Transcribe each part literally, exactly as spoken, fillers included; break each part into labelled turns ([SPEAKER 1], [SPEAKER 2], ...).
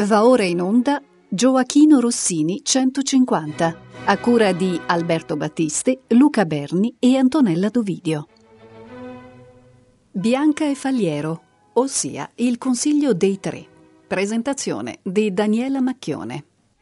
[SPEAKER 1] Va ora in onda Gioachino Rossini centocinquanta, a cura di Alberto Battisti, Luca Berni e Antonella Dovidio. Bianca e Faliero, ossia Il Consiglio dei Tre. Presentazione di Daniela Macchione.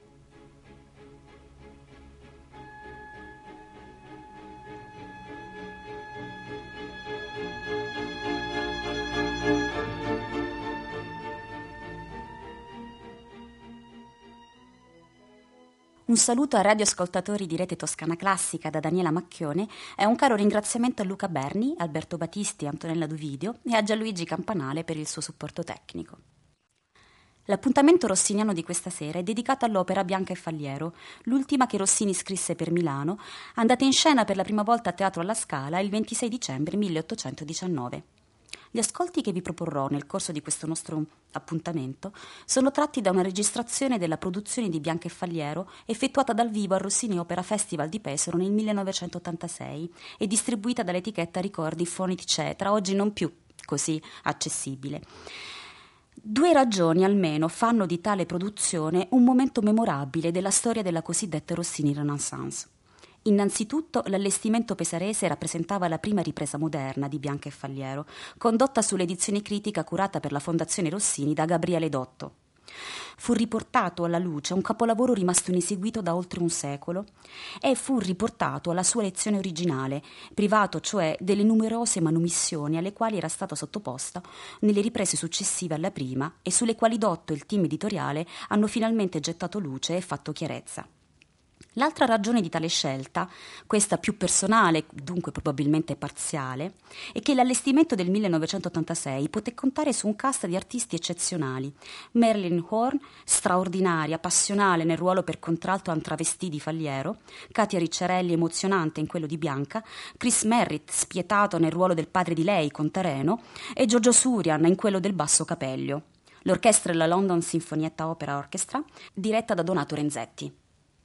[SPEAKER 2] Un saluto ai radioascoltatori di Rete Toscana Classica da Daniela Macchione e un caro ringraziamento a Luca Berni, Alberto Battisti e Antonella Dovidio e a Gianluigi Campanale per il suo supporto tecnico. L'appuntamento rossiniano di questa sera è dedicato all'opera Bianca e Faliero, l'ultima che Rossini scrisse per Milano, andata in scena per la prima volta a Teatro alla Scala il ventisei dicembre milleottocentodiciannove. Gli ascolti che vi proporrò nel corso di questo nostro appuntamento sono tratti da una registrazione della produzione di Bianca e Faliero effettuata dal vivo al Rossini Opera Festival di Pesaro nel millenovecentottantasei e distribuita dall'etichetta Ricordi Phonic Cetra, oggi non più così accessibile. Due ragioni almeno fanno di tale produzione un momento memorabile della storia della cosiddetta Rossini Renaissance. Innanzitutto l'allestimento pesarese rappresentava la prima ripresa moderna di Bianca e Faliero, condotta sull'edizione critica curata per la Fondazione Rossini da Gabriele Dotto. Fu riportato alla luce un capolavoro rimasto ineseguito da oltre un secolo e fu riportato alla sua lezione originale, privato cioè delle numerose manomissioni alle quali era stata sottoposta nelle riprese successive alla prima e sulle quali Dotto e il team editoriale hanno finalmente gettato luce e fatto chiarezza. L'altra ragione di tale scelta, questa più personale, dunque probabilmente parziale, è che l'allestimento del millenovecentottantasei poté contare su un cast di artisti eccezionali. Marilyn Horne, straordinaria, passionale nel ruolo per contralto a un travestì di Faliero, Katia Ricciarelli emozionante in quello di Bianca, Chris Merritt spietato nel ruolo del padre di lei, Contareno, e Giorgio Surian in quello del basso Capellio. L'orchestra è la London Sinfonietta Opera Orchestra, diretta da Donato Renzetti.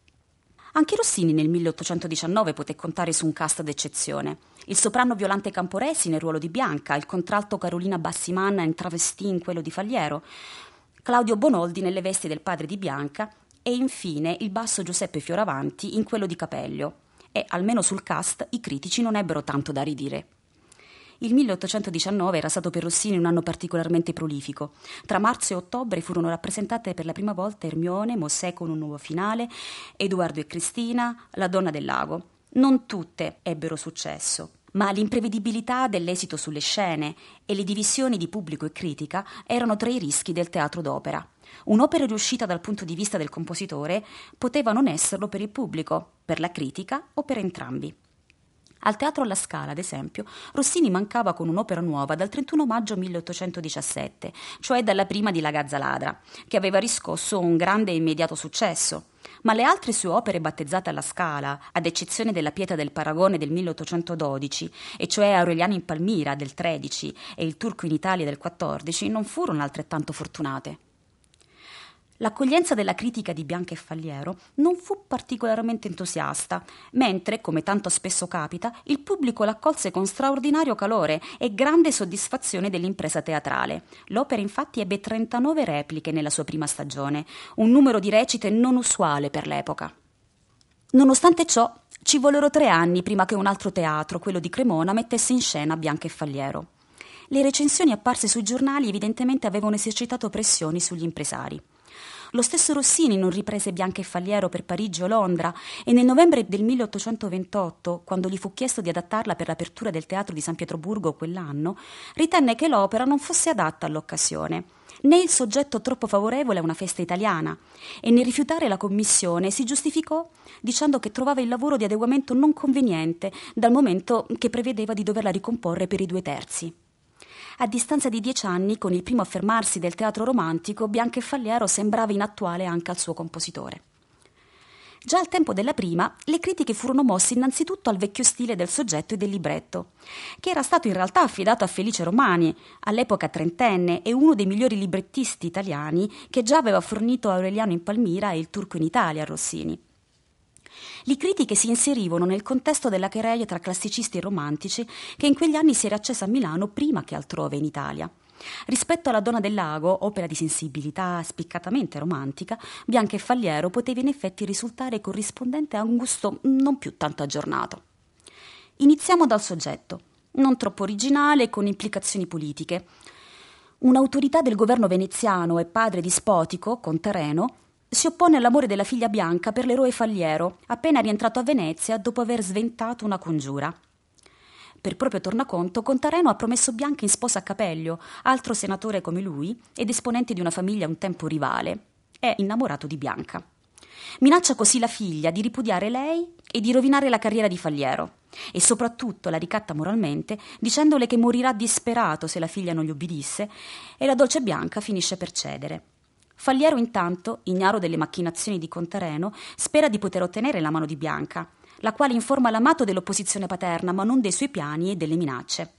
[SPEAKER 2] Anche Rossini nel milleottocentodiciannove poté contare su un cast d'eccezione. Il soprano Violante Camporesi nel ruolo di Bianca, il contralto Carolina Bassimanna in travestì in quello di Faliero, Claudio Bonoldi nelle vesti del padre di Bianca e infine il basso Giuseppe Fioravanti in quello di Capellio. E, almeno sul cast, i critici non ebbero tanto da ridire. Il milleottocentodiciannove era stato per Rossini un anno particolarmente prolifico. Tra marzo e ottobre furono rappresentate per la prima volta Ermione, Mosè con un nuovo finale, Edoardo e Cristina, La donna del lago. Non tutte ebbero successo, ma l'imprevedibilità dell'esito sulle scene e le divisioni di pubblico e critica erano tra i rischi del teatro d'opera. Un'opera riuscita dal punto di vista del compositore poteva non esserlo per il pubblico, per la critica o per entrambi. Al Teatro alla Scala, ad esempio, Rossini mancava con un'opera nuova dal trentuno maggio milleottocentodiciassette, cioè dalla prima di La Gazza Ladra, che aveva riscosso un grande e immediato successo. Ma le altre sue opere battezzate alla Scala, ad eccezione della Pieta del Paragone del milleottocentododici, e cioè Aureliano in Palmira del tredici e Il Turco in Italia del quattordici, non furono altrettanto fortunate. L'accoglienza della critica di Bianca e Faliero non fu particolarmente entusiasta, mentre, come tanto spesso capita, il pubblico l'accolse con straordinario calore e grande soddisfazione dell'impresa teatrale. L'opera infatti ebbe trentanove repliche nella sua prima stagione, un numero di recite non usuale per l'epoca. Nonostante ciò, ci vollero tre anni prima che un altro teatro, quello di Cremona, mettesse in scena Bianca e Faliero. Le recensioni apparse sui giornali evidentemente avevano esercitato pressioni sugli impresari. Lo stesso Rossini non riprese Bianca e Faliero per Parigi o Londra e nel novembre del milleottocentoventotto, quando gli fu chiesto di adattarla per l'apertura del Teatro di San Pietroburgo quell'anno, ritenne che l'opera non fosse adatta all'occasione, né il soggetto troppo favorevole a una festa italiana, e nel rifiutare la commissione si giustificò dicendo che trovava il lavoro di adeguamento non conveniente dal momento che prevedeva di doverla ricomporre per i due terzi. A distanza di dieci anni, con il primo affermarsi del teatro romantico, Bianca e Faliero sembrava inattuale anche al suo compositore. Già al tempo della prima, le critiche furono mosse innanzitutto al vecchio stile del soggetto e del libretto, che era stato in realtà affidato a Felice Romani, all'epoca trentenne e uno dei migliori librettisti italiani che già aveva fornito Aureliano in Palmira e Il Turco in Italia a Rossini. Le critiche si inserivano nel contesto della querela tra classicisti e romantici che in quegli anni si era accesa a Milano prima che altrove in Italia. Rispetto alla Donna del Lago, opera di sensibilità spiccatamente romantica, Bianca e Faliero poteva in effetti risultare corrispondente a un gusto non più tanto aggiornato. Iniziamo dal soggetto, non troppo originale e con implicazioni politiche. Un'autorità del governo veneziano e padre dispotico, Contareno, si oppone all'amore della figlia Bianca per l'eroe Faliero, appena rientrato a Venezia dopo aver sventato una congiura. Per proprio tornaconto, Contareno ha promesso Bianca in sposa a Capellio, altro senatore come lui ed esponente di una famiglia un tempo rivale. È innamorato di Bianca. Minaccia così la figlia di ripudiare lei e di rovinare la carriera di Faliero e soprattutto la ricatta moralmente dicendole che morirà disperato se la figlia non gli ubbidisse e la dolce Bianca finisce per cedere. Faliero intanto, ignaro delle macchinazioni di Contareno, spera di poter ottenere la mano di Bianca, la quale informa l'amato dell'opposizione paterna ma non dei suoi piani e delle minacce.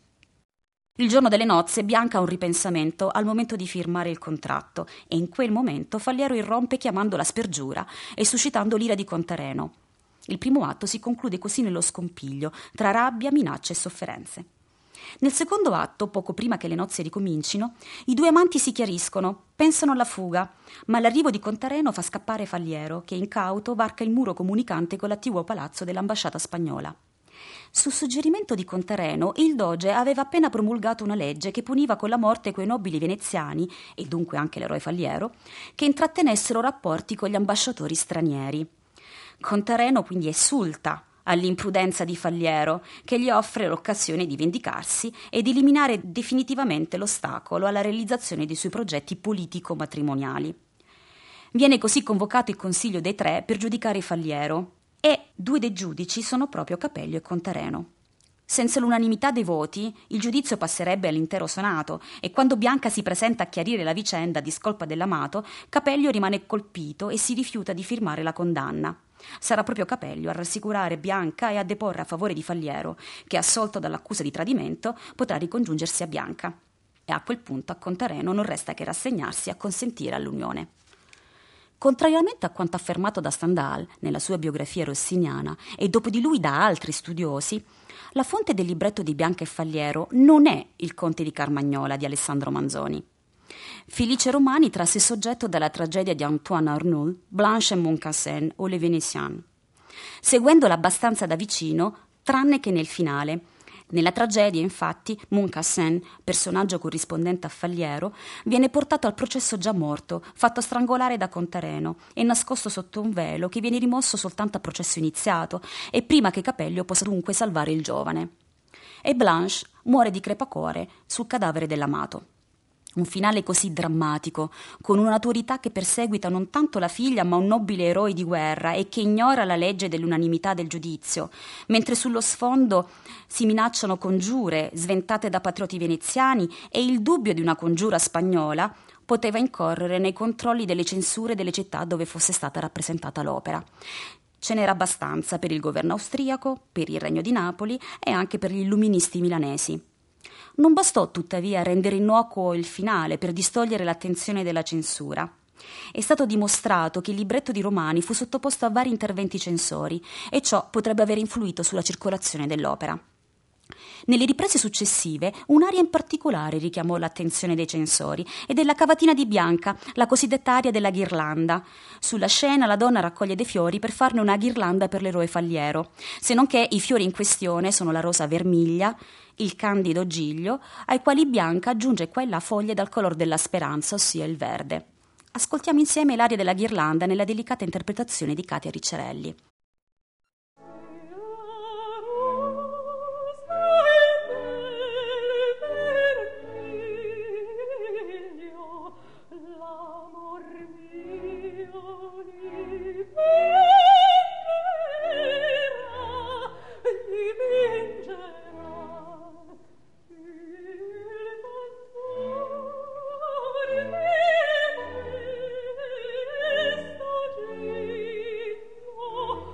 [SPEAKER 2] Il giorno delle nozze Bianca ha un ripensamento al momento di firmare il contratto e in quel momento Faliero irrompe chiamandola spergiura e suscitando l'ira di Contareno. Il primo atto si conclude così nello scompiglio tra rabbia, minacce e sofferenze. Nel secondo atto, poco prima che le nozze ricomincino, i due amanti si chiariscono, pensano alla fuga, ma l'arrivo di Contareno fa scappare Faliero, che incauto varca il muro comunicante con l'attiguo palazzo dell'ambasciata spagnola. Su suggerimento di Contareno, il doge aveva appena promulgato una legge che puniva con la morte quei nobili veneziani, e dunque anche l'eroe Faliero, che intrattenessero rapporti con gli ambasciatori stranieri. Contareno quindi esulta all'imprudenza di Faliero, che gli offre l'occasione di vendicarsi e di eliminare definitivamente l'ostacolo alla realizzazione dei suoi progetti politico-matrimoniali. Viene così convocato il Consiglio dei Tre per giudicare Faliero, e due dei giudici sono proprio Capellio e Contareno. Senza l'unanimità dei voti, il giudizio passerebbe all'intero Senato e quando Bianca si presenta a chiarire la vicenda a discolpa dell'amato, Capellio rimane colpito e si rifiuta di firmare la condanna. Sarà proprio Capellio a rassicurare Bianca e a deporre a favore di Faliero, che, assolto dall'accusa di tradimento, potrà ricongiungersi a Bianca. E a quel punto a Contareno non resta che rassegnarsi e acconsentire all'unione. Contrariamente a quanto affermato da Stendhal nella sua biografia rossiniana e dopo di lui da altri studiosi, la fonte del libretto di Bianca e Faliero non è il Conte di Carmagnola di Alessandro Manzoni. Felice Romani trasse soggetto dalla tragedia di Antoine Arnauld, Blanche et Moncassin o Les Vénitiens, seguendola abbastanza da vicino, tranne che nel finale. Nella tragedia, infatti, Moncassin, personaggio corrispondente a Faliero, viene portato al processo già morto, fatto strangolare da Contareno e nascosto sotto un velo che viene rimosso soltanto a processo iniziato e prima che Capellio possa dunque salvare il giovane. E Blanche muore di crepacore sul cadavere dell'amato. Un finale così drammatico, con un'autorità che perseguita non tanto la figlia ma un nobile eroe di guerra e che ignora la legge dell'unanimità del giudizio, mentre sullo sfondo si minacciano congiure sventate da patrioti veneziani e il dubbio di una congiura spagnola, poteva incorrere nei controlli delle censure delle città dove fosse stata rappresentata l'opera. Ce n'era abbastanza per il governo austriaco, per il Regno di Napoli e anche per gli illuministi milanesi. Non bastò tuttavia rendere innocuo il finale per distogliere l'attenzione della censura. È stato dimostrato che il libretto di Romani fu sottoposto a vari interventi censori e ciò potrebbe aver influito sulla circolazione dell'opera. Nelle riprese successive, un'aria in particolare richiamò l'attenzione dei censori ed è la cavatina di Bianca, la cosiddetta aria della ghirlanda. Sulla scena la donna raccoglie dei fiori per farne una ghirlanda per l'eroe Faliero, se non che i fiori in questione sono la rosa vermiglia, il candido giglio, ai quali Bianca aggiunge qua e là foglie dal color della speranza, ossia il verde. Ascoltiamo insieme l'aria della ghirlanda nella delicata interpretazione di Katia Ricciarelli.
[SPEAKER 3] Oh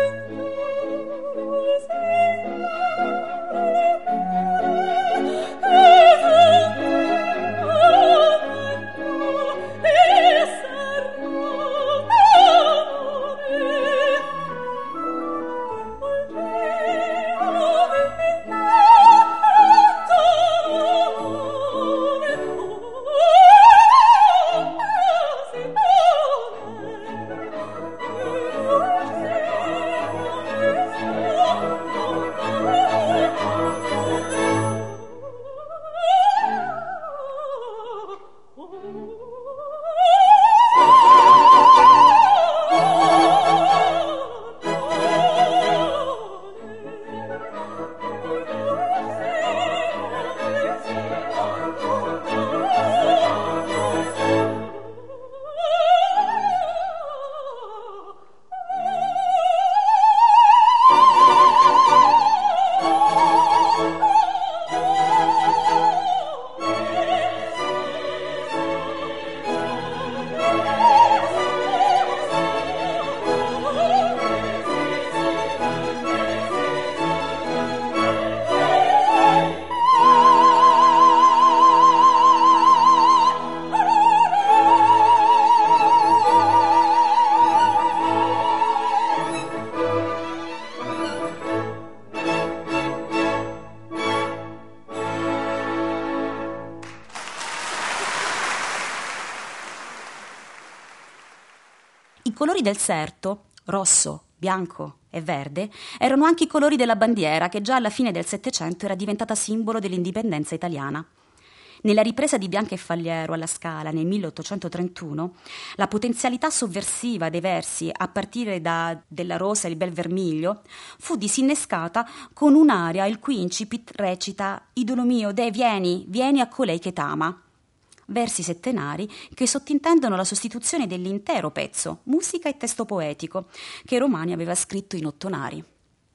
[SPEAKER 2] I colori del Serto, rosso, bianco e verde, erano anche i colori della bandiera che già alla fine del Settecento era diventata simbolo dell'indipendenza italiana. Nella ripresa di Bianca e Faliero alla Scala nel milleottocentotrentuno, la potenzialità sovversiva dei versi a partire da Della rosa e il bel vermiglio fu disinnescata con un'aria il cui incipit recita «Idolo mio, deh, vieni, vieni a colei che t'ama». Versi settenari che sottintendono la sostituzione dell'intero pezzo, musica e testo poetico, che Romani aveva scritto in ottonari.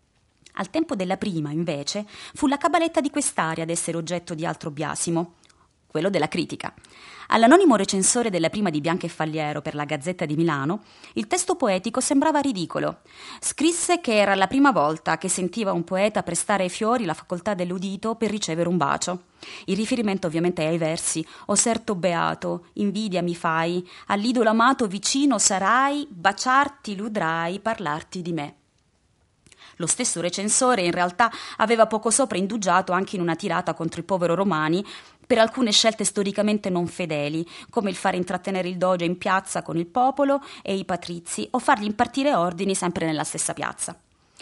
[SPEAKER 2] Al tempo della prima, invece, fu la cabaletta di quest'aria ad essere oggetto di altro biasimo, quello della critica. All'anonimo recensore della prima di Bianca e Faliero per la Gazzetta di Milano, il testo poetico sembrava ridicolo. Scrisse che era la prima volta che sentiva un poeta prestare ai fiori la facoltà dell'udito per ricevere un bacio. Il riferimento ovviamente è ai versi «O serto beato, invidia mi fai, all'idolo amato vicino sarai, baciarti l'udrai, parlarti di me». Lo stesso recensore in realtà aveva poco sopra indugiato anche in una tirata contro il povero Romani per alcune scelte storicamente non fedeli, come il fare intrattenere il doge in piazza con il popolo e i patrizi o fargli impartire ordini sempre nella stessa piazza.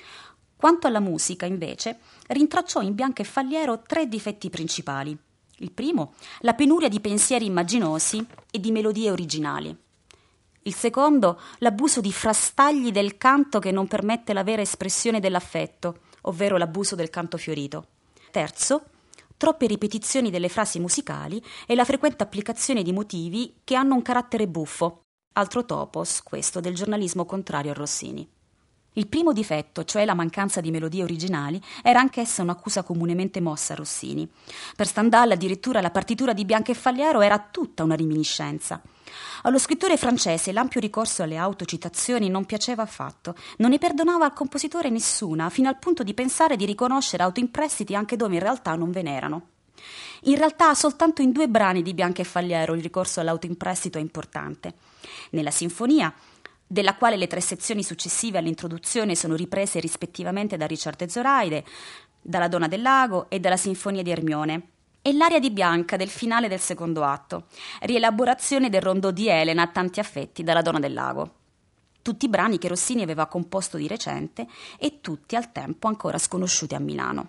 [SPEAKER 2] Quanto alla musica, invece, rintracciò in Bianca e Faliero tre difetti principali. Il primo, la penuria di pensieri immaginosi e di melodie originali. Il secondo, l'abuso di frastagli del canto che non permette la vera espressione dell'affetto, ovvero l'abuso del canto fiorito. Terzo, troppe ripetizioni delle frasi musicali e la frequente applicazione di motivi che hanno un carattere buffo, altro topos, questo, del giornalismo contrario a Rossini. Il primo difetto, cioè la mancanza di melodie originali, era anch'essa un'accusa comunemente mossa a Rossini. Per Stendhal addirittura la partitura di Bianca e Faliero era tutta una reminiscenza. Allo scrittore francese l'ampio ricorso alle autocitazioni non piaceva affatto, non ne perdonava al compositore nessuna, fino al punto di pensare di riconoscere autoimprestiti anche dove in realtà non ve n'erano. In realtà soltanto in due brani di Bianca e Faliero il ricorso all'autoimprestito è importante. Nella sinfonia, della quale le tre sezioni successive all'introduzione sono riprese rispettivamente da Ricciardo e Zoraide, dalla Donna del Lago e dalla Sinfonia di Ermione, e l'aria di Bianca del finale del secondo atto, rielaborazione del rondò di Elena a tanti affetti dalla Donna del Lago. Tutti brani che Rossini aveva composto di recente e tutti al tempo ancora sconosciuti a Milano.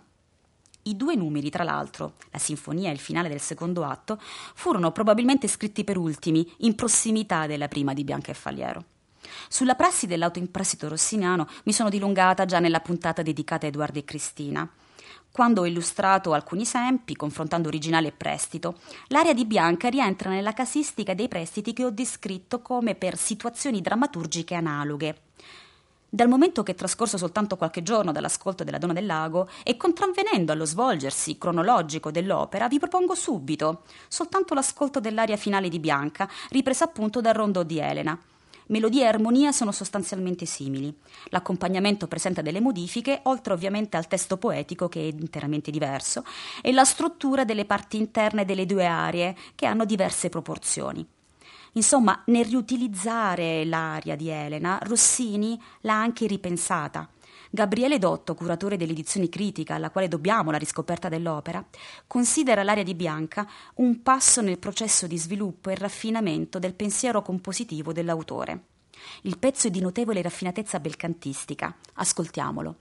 [SPEAKER 2] I due numeri, tra l'altro, la sinfonia e il finale del secondo atto, furono probabilmente scritti per ultimi, in prossimità della prima di Bianca e Faliero. Sulla prassi dell'autoimprestito rossiniano mi sono dilungata già nella puntata dedicata a Edoardo e Cristina. Quando ho illustrato alcuni esempi, confrontando originale e prestito, l'aria di Bianca rientra nella casistica dei prestiti che ho descritto come per situazioni drammaturgiche analoghe. Dal momento che è trascorso soltanto qualche giorno dall'ascolto della Donna del Lago e contravvenendo allo svolgersi cronologico dell'opera, vi propongo subito soltanto l'ascolto dell'aria finale di Bianca, ripresa appunto dal rondò di Elena. Melodia e armonia sono sostanzialmente simili. L'accompagnamento presenta delle modifiche, oltre ovviamente al testo poetico che è interamente diverso, e la struttura delle parti interne delle due arie che hanno diverse proporzioni. Insomma, nel riutilizzare l'aria di Elena, Rossini l'ha anche ripensata. Gabriele Dotto, curatore delle edizioni Critica, alla quale dobbiamo la riscoperta dell'opera, considera l'aria di Bianca un passo nel processo di sviluppo e raffinamento del pensiero compositivo dell'autore. Il pezzo è di notevole raffinatezza belcantistica. Ascoltiamolo.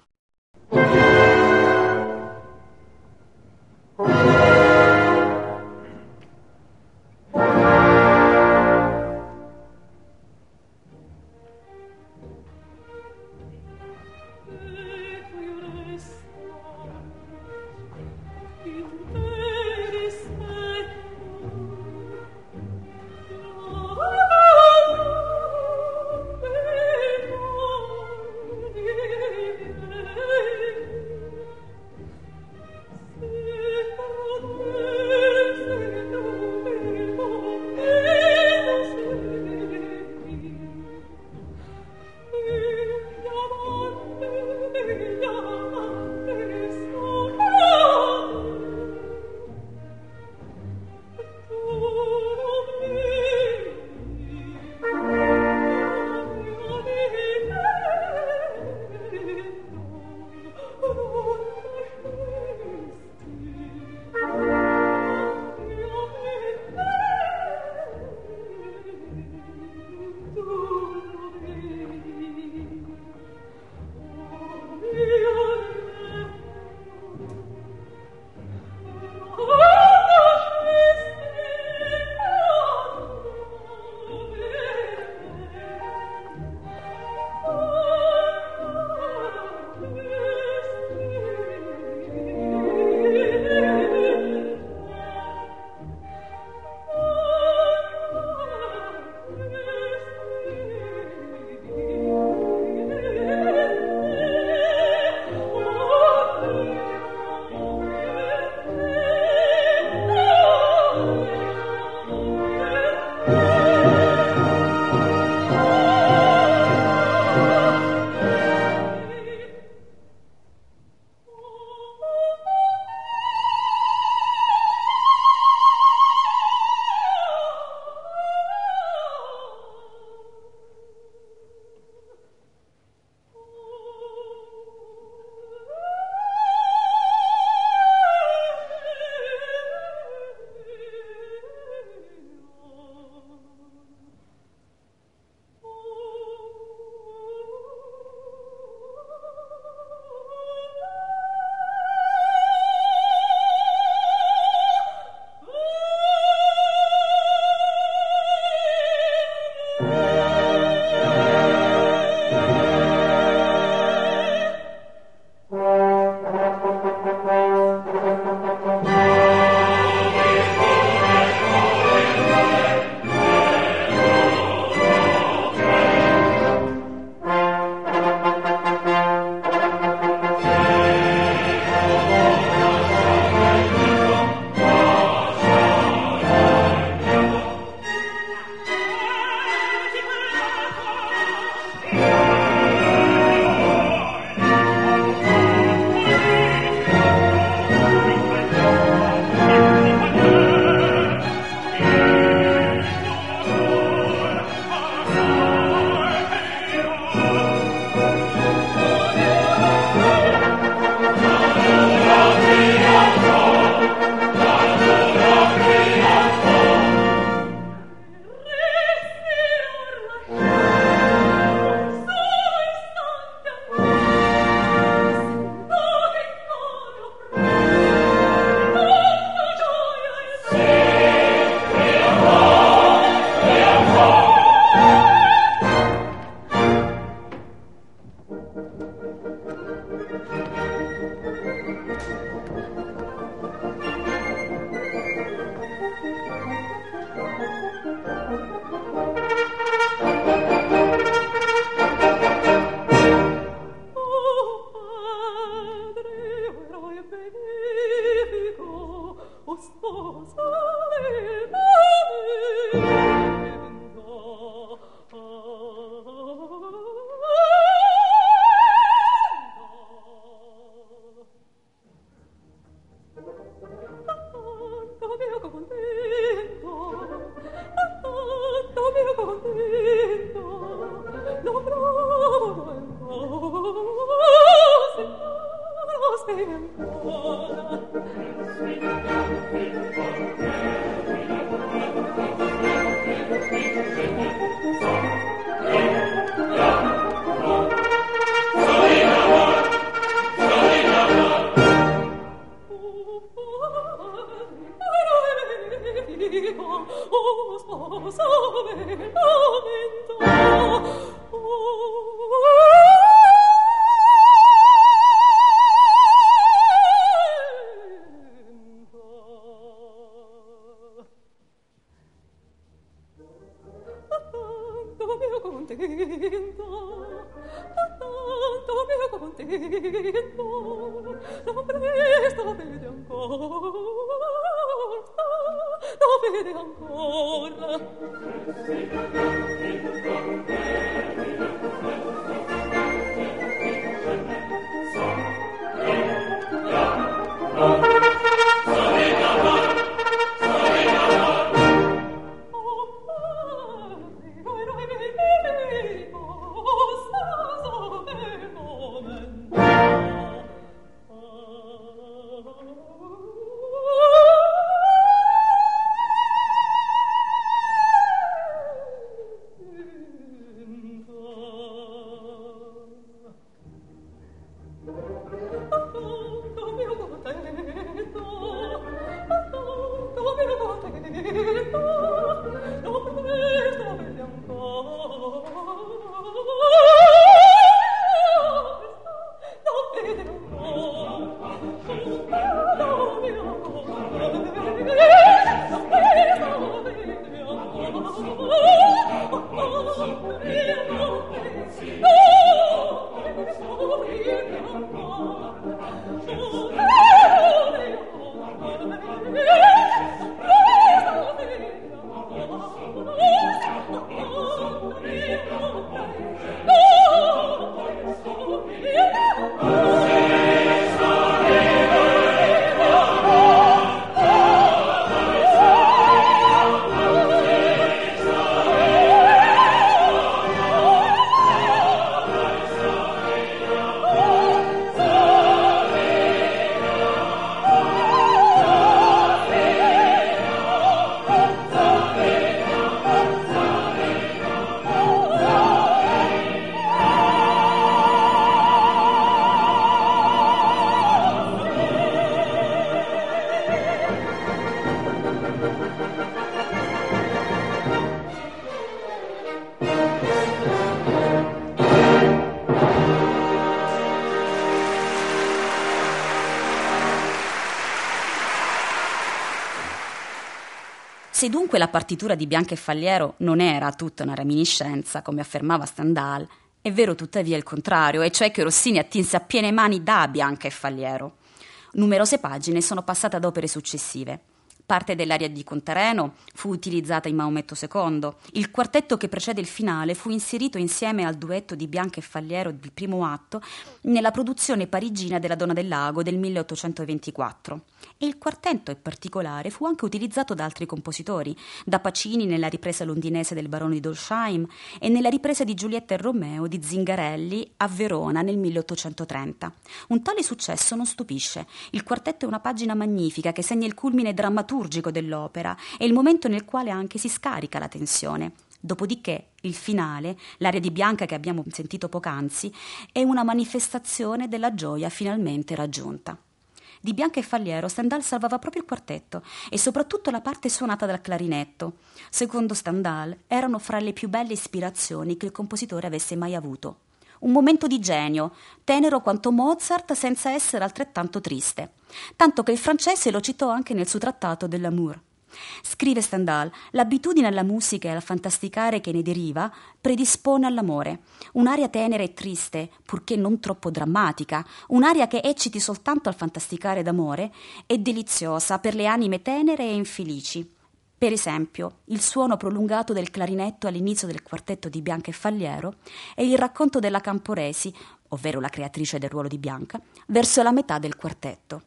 [SPEAKER 2] Se dunque la partitura di Bianca e Faliero non era tutta una reminiscenza, come affermava Stendhal, è vero tuttavia il contrario, e cioè che Rossini attinse a piene mani da Bianca e Faliero. Numerose pagine sono passate ad opere successive. Parte dell'aria di Contareno fu utilizzata in Maometto secondo. Il quartetto che precede il finale fu inserito insieme al duetto di Bianca e Faliero del primo atto nella produzione parigina della Donna del Lago del milleottocentoventiquattro. E il quartetto in particolare fu anche utilizzato da altri compositori, da Pacini nella ripresa londinese del Barone di Dolsheim e nella ripresa di Giulietta e Romeo di Zingarelli a Verona nel milleottocentotrenta. Un tale successo non stupisce. Il quartetto è una pagina magnifica che segna il culmine drammaturgico dell'opera e il momento nel quale anche si scarica la tensione. Dopodiché il finale, l'aria di Bianca che abbiamo sentito poc'anzi, è una manifestazione della gioia finalmente raggiunta. Di Bianca e Faliero Stendhal salvava proprio il quartetto e soprattutto la parte suonata dal clarinetto. Secondo Stendhal erano fra le più belle ispirazioni che il compositore avesse mai avuto. Un momento di genio, tenero quanto Mozart senza essere altrettanto triste, tanto che il francese lo citò anche nel suo trattato dell'Amour. Scrive Stendhal, l'abitudine alla musica e al fantasticare che ne deriva predispone all'amore. Un'aria tenera e triste, purché non troppo drammatica, un'aria che ecciti soltanto al fantasticare d'amore, è deliziosa per le anime tenere e infelici. Per esempio, il suono prolungato del clarinetto all'inizio del quartetto di Bianca e Faliero e il racconto della Camporesi, ovvero la creatrice del ruolo di Bianca, verso la metà del quartetto.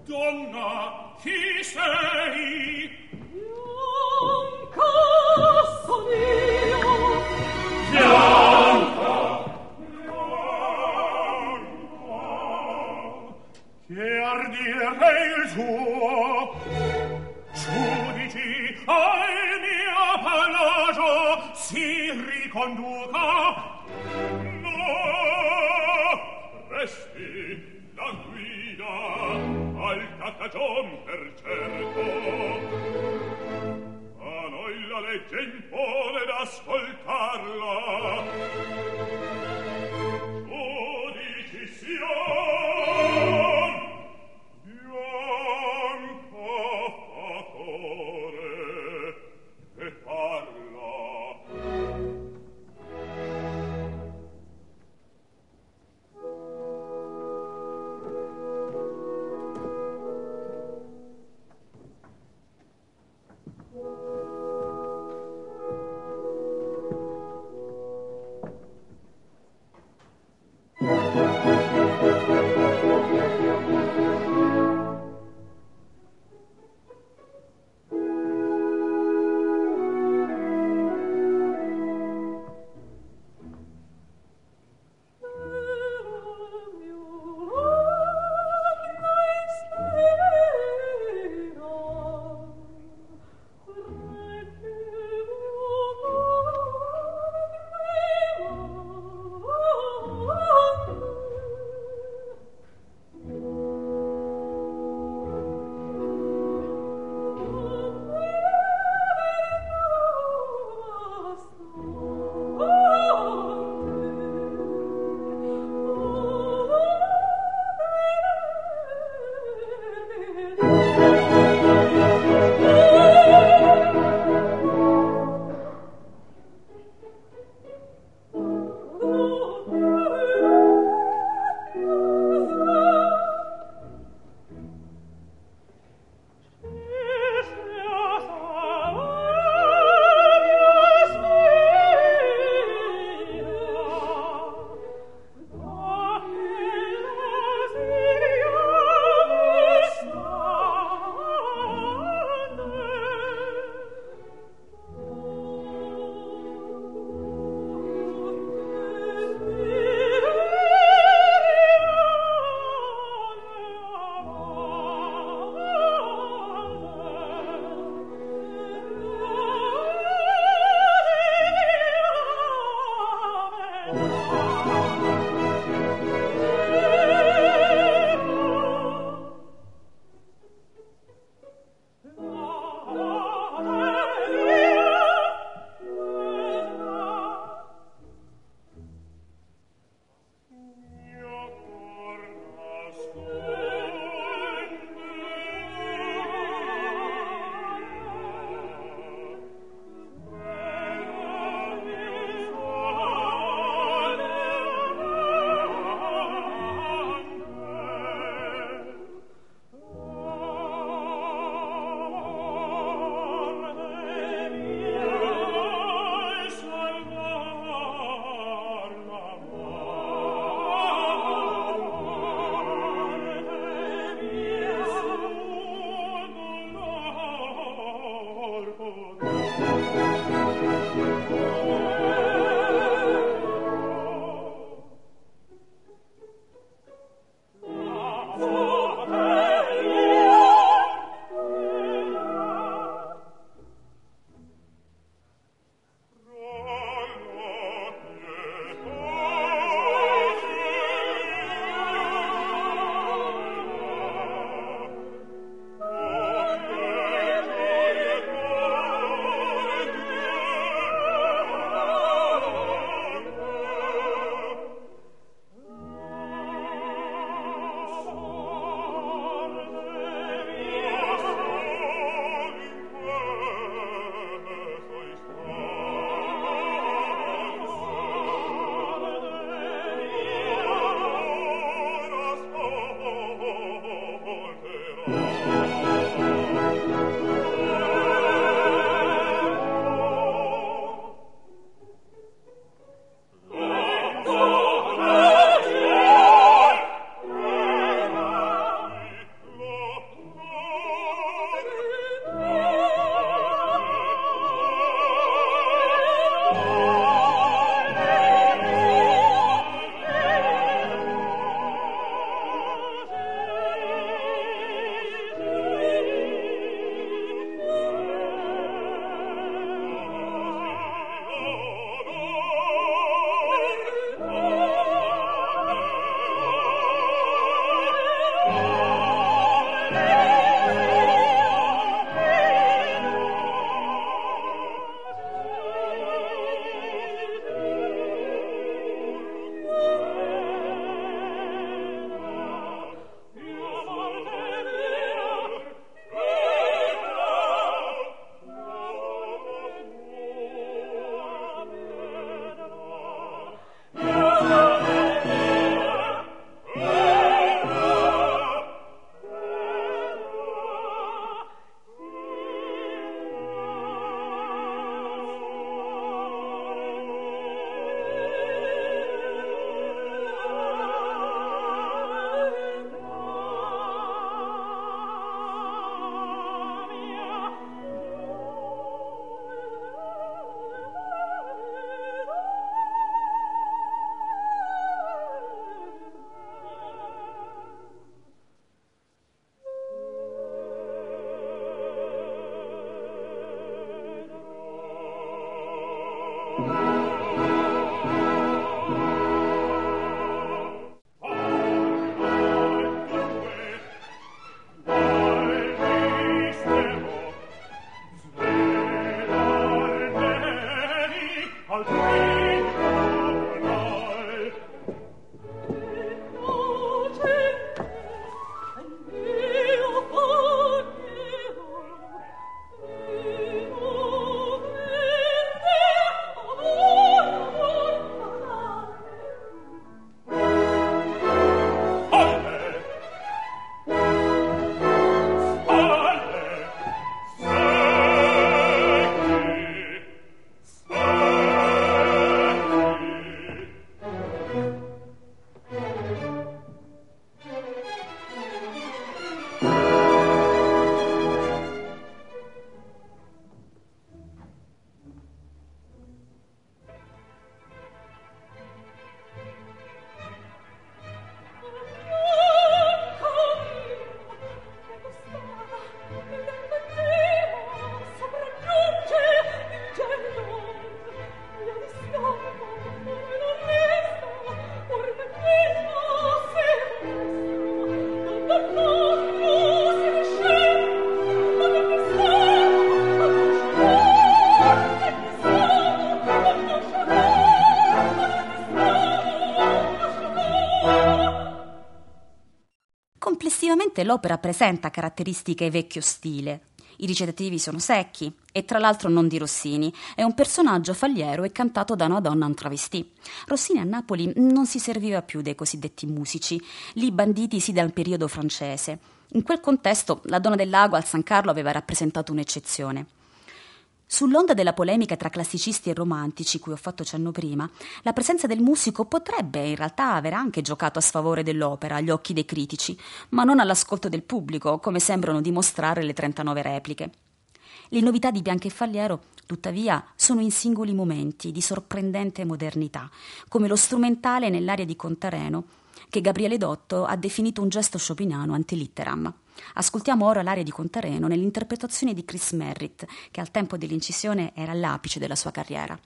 [SPEAKER 3] Donna, chi sei?
[SPEAKER 4] Bianca son io.
[SPEAKER 3] Bianca! Che ardire il tuo? Giudici al mio palagio si riconduca? No! Resti la guida al cacagion per certo. A noi la legge impone d'ascoltarla. Giudici sion, bianca fatore, e parla.
[SPEAKER 2] Musicalmente l'opera presenta caratteristiche vecchio stile. I recitativi sono secchi e tra l'altro non di Rossini, è un personaggio falliero e cantato da una donna un travestì. Rossini a Napoli non si serviva più dei cosiddetti musici, lì banditi sì dal periodo francese. In quel contesto la Donna del Lago al San Carlo aveva rappresentato un'eccezione. Sull'onda della polemica tra classicisti e romantici, cui ho fatto cenno prima, la presenza del musico potrebbe in realtà aver anche giocato a sfavore dell'opera agli occhi dei critici, ma non all'ascolto del pubblico, come sembrano dimostrare le trentanove repliche. Le novità di Bianca e Faliero, tuttavia, sono in singoli momenti di sorprendente modernità, come lo strumentale nell'aria di Contareno, che Gabriele Dotto ha definito un gesto chopiniano antilitteram. Ascoltiamo ora l'aria di Contareno nell'interpretazione di Chris Merritt, che al tempo dell'incisione era all'apice della sua carriera.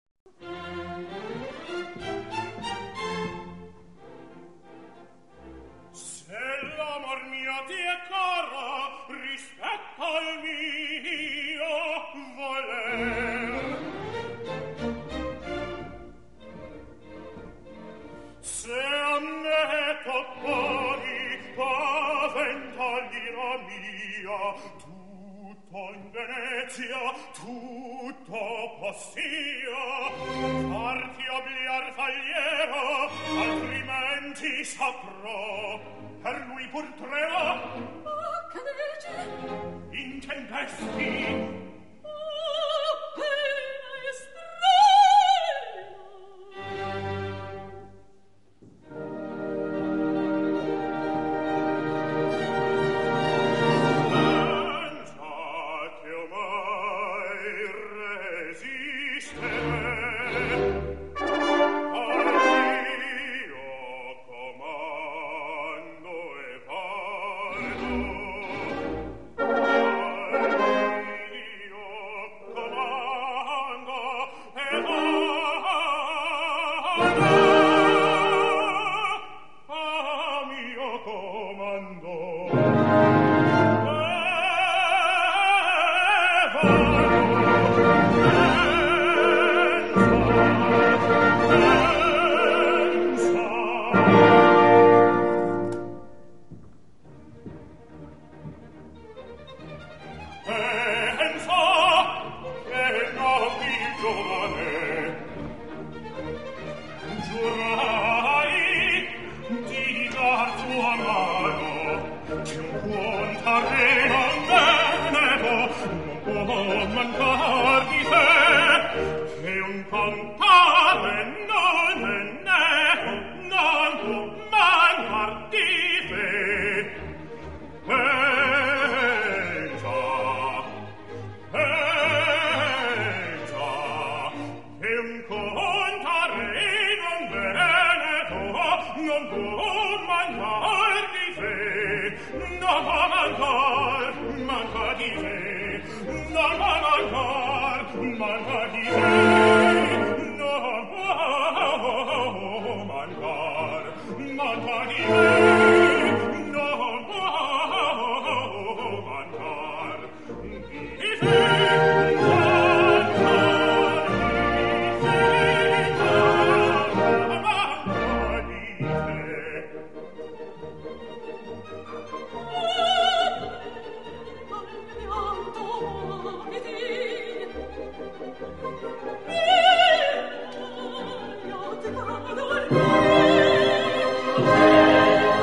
[SPEAKER 3] Se l'amor mio ti è caro rispetto al mio voler, se a me toccori paventa l'ira mia, tutto in Venezia, tutto possia, farti obliar Faliero, altrimenti saprò, per lui pur trema.
[SPEAKER 4] Ah, che dici?
[SPEAKER 3] Intendesti?
[SPEAKER 4] Appena estrema. Io ti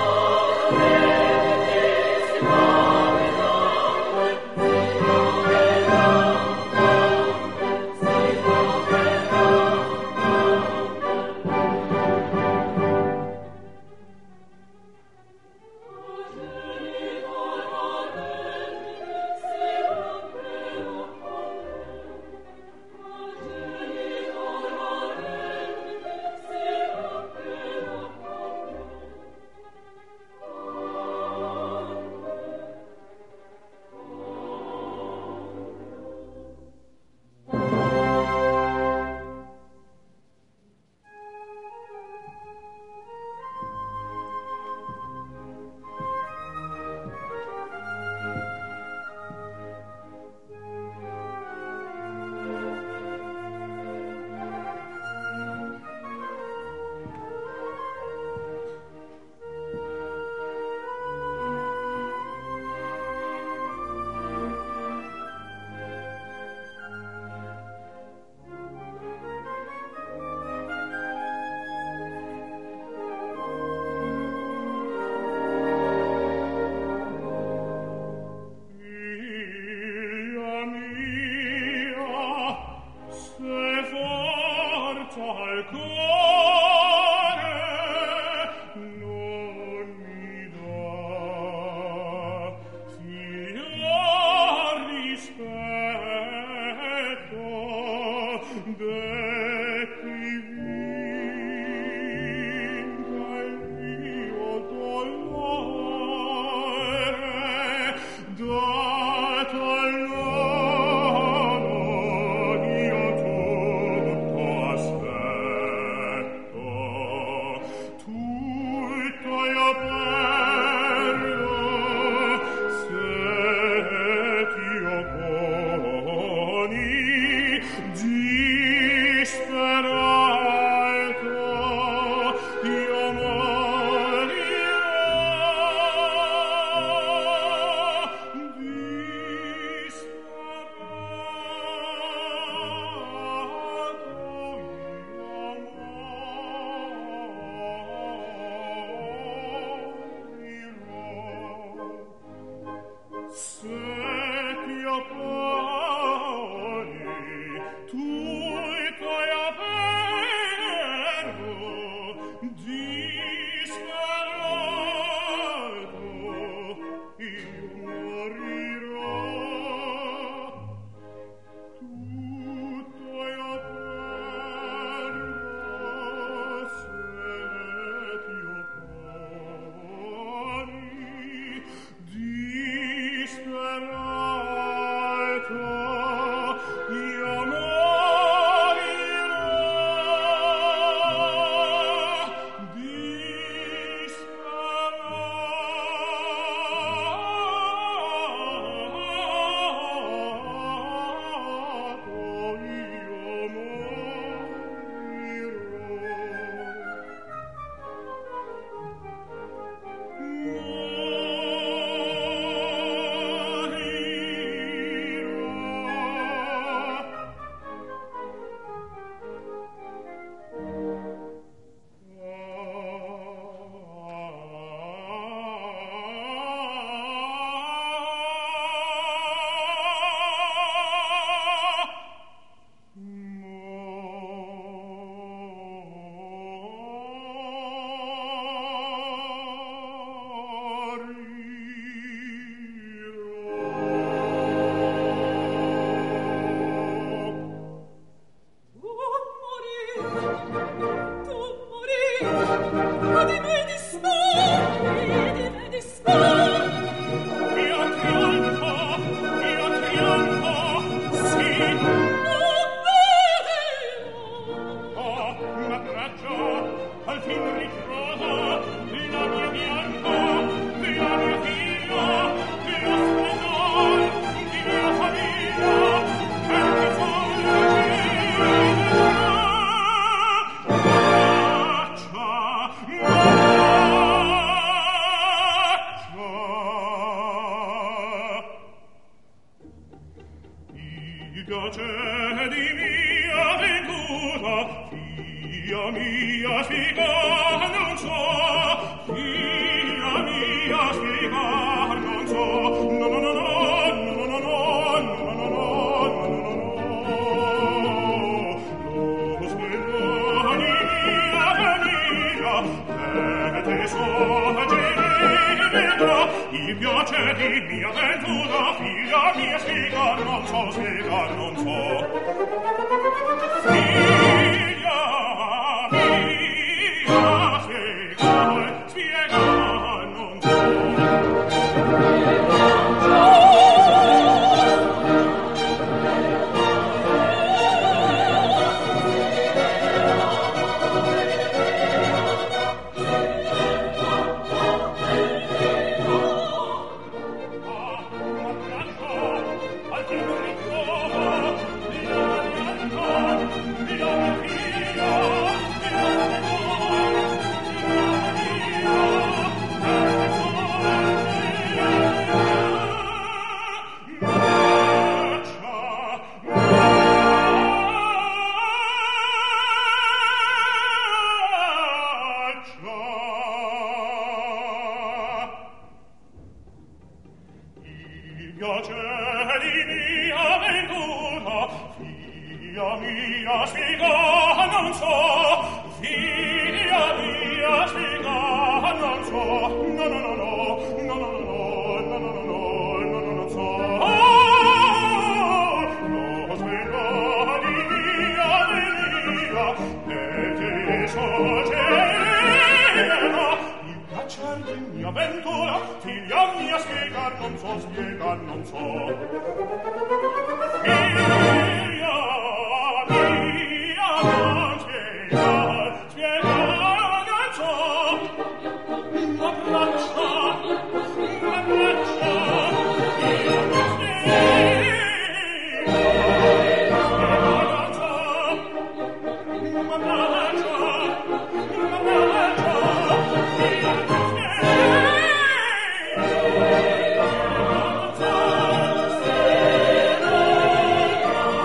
[SPEAKER 5] Oh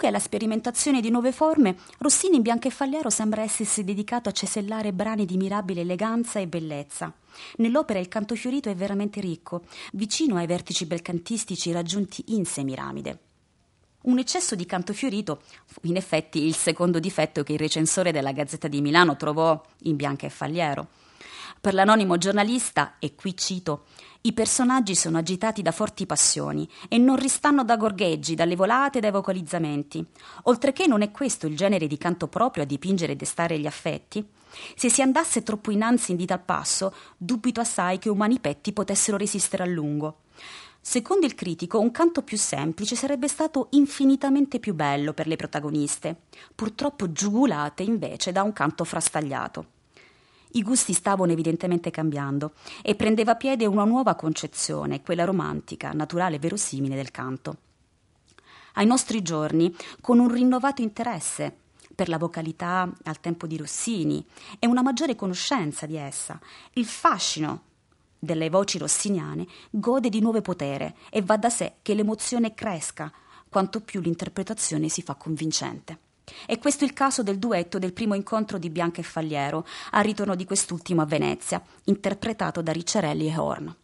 [SPEAKER 2] Più che alla sperimentazione di nuove forme, Rossini in Bianca e Faliero sembra essersi dedicato a cesellare brani di mirabile eleganza e bellezza. Nell'opera il canto fiorito è veramente ricco, vicino ai vertici belcantistici raggiunti in Semiramide. Un eccesso di canto fiorito fu in effetti il secondo difetto che il recensore della Gazzetta di Milano trovò in Bianca e Faliero. Per l'anonimo giornalista, e qui cito, i personaggi sono agitati da forti passioni e non ristanno da gorgheggi, dalle volate e dai vocalizzamenti. Oltre che non è questo il genere di canto proprio a dipingere e destare gli affetti. Se si andasse troppo innanzi in dita al passo, dubito assai che umani petti potessero resistere a lungo. Secondo il critico, un canto più semplice sarebbe stato infinitamente più bello per le protagoniste, purtroppo giugulate invece da un canto frastagliato. I gusti stavano evidentemente cambiando e prendeva piede una nuova concezione, quella romantica, naturale e verosimile del canto. Ai nostri giorni, con un rinnovato interesse per la vocalità al tempo di Rossini e una maggiore conoscenza di essa, il fascino delle voci rossiniane gode di nuovo potere e va da sé che l'emozione cresca quanto più l'interpretazione si fa convincente. E questo è il caso del duetto del primo incontro di Bianca e Faliero, al ritorno di quest'ultimo a Venezia, interpretato da Ricciarelli e Horn.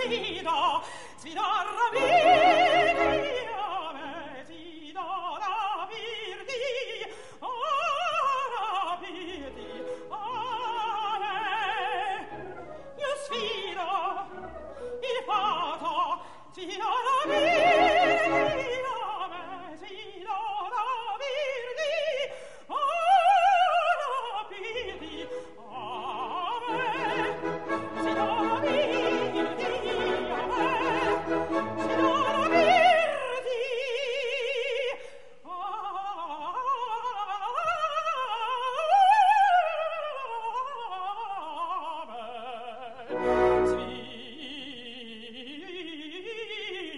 [SPEAKER 4] sfido, sfido rapirdi, a me sfido rapirdi, a rapirdi, a me. Io sfido il fato, sfido rapirdi, a me sfido rapirdi, a rapirdi, a me. Sfido rapirdi, a me, sfido rapirdi, a me.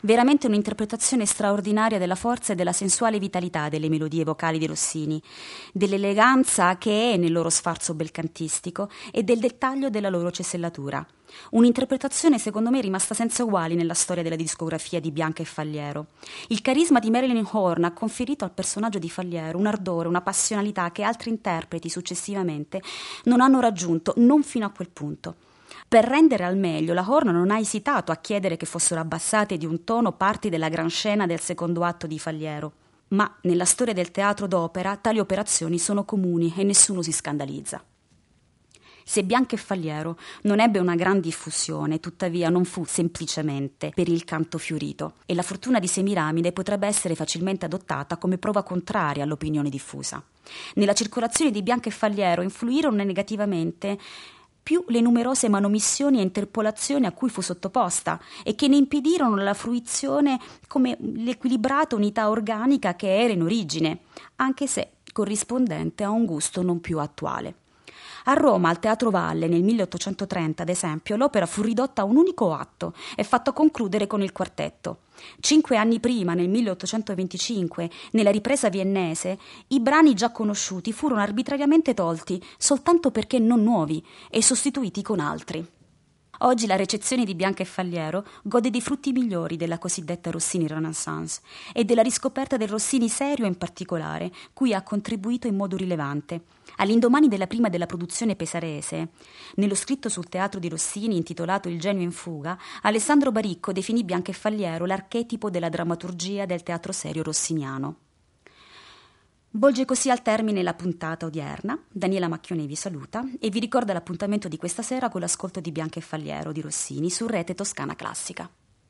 [SPEAKER 2] Veramente un'interpretazione straordinaria della forza e della sensuale vitalità delle melodie vocali di Rossini, dell'eleganza che è nel loro sfarzo belcantistico e del dettaglio della loro cesellatura. Un'interpretazione secondo me rimasta senza uguali nella storia della discografia di Bianca e Faliero. Il carisma di Marilyn Horne ha conferito al personaggio di Faliero un ardore, una passionalità che altri interpreti successivamente non hanno raggiunto, non fino a quel punto. Per rendere al meglio, la Horne non ha esitato a chiedere che fossero abbassate di un tono parti della gran scena del secondo atto di Faliero. Ma nella storia del teatro d'opera tali operazioni sono comuni e nessuno si scandalizza. Se Bianca e Faliero non ebbe una gran diffusione, tuttavia non fu semplicemente per il canto fiorito, e la fortuna di Semiramide potrebbe essere facilmente adottata come prova contraria all'opinione diffusa. Nella circolazione di Bianca e Faliero influirono negativamente più le numerose manomissioni e interpolazioni a cui fu sottoposta e che ne impedirono la fruizione come l'equilibrata unità organica che era in origine, anche se corrispondente a un gusto non più attuale. A Roma, al Teatro Valle, nel milleottocentotrenta, ad esempio, l'opera fu ridotta a un unico atto e fatta concludere con il quartetto. Cinque anni prima, nel milleottocentoventicinque, nella ripresa viennese, i brani già conosciuti furono arbitrariamente tolti soltanto perché non nuovi e sostituiti con altri. Oggi la recezione di Bianca e Faliero gode dei frutti migliori della cosiddetta Rossini Renaissance e della riscoperta del Rossini serio in particolare, cui ha contribuito in modo rilevante. All'indomani della prima della produzione pesarese, nello scritto sul teatro di Rossini intitolato Il genio in fuga, Alessandro Baricco definì Bianca e Faliero l'archetipo della drammaturgia del teatro serio rossiniano. Volge così al termine la puntata odierna. Daniela Macchione vi saluta e vi ricorda l'appuntamento di questa sera con l'ascolto di Bianca e Faliero di Rossini su Rete Toscana Classica.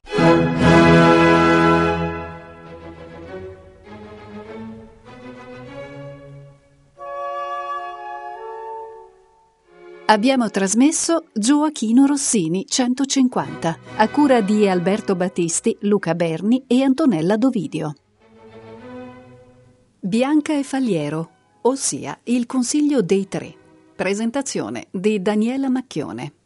[SPEAKER 1] Abbiamo trasmesso Gioachino Rossini centocinquanta, a cura di Alberto Battisti, Luca Berni e Antonella Dovidio. Bianca e Faliero, ossia il Consiglio dei Tre. Presentazione di Daniela Macchione.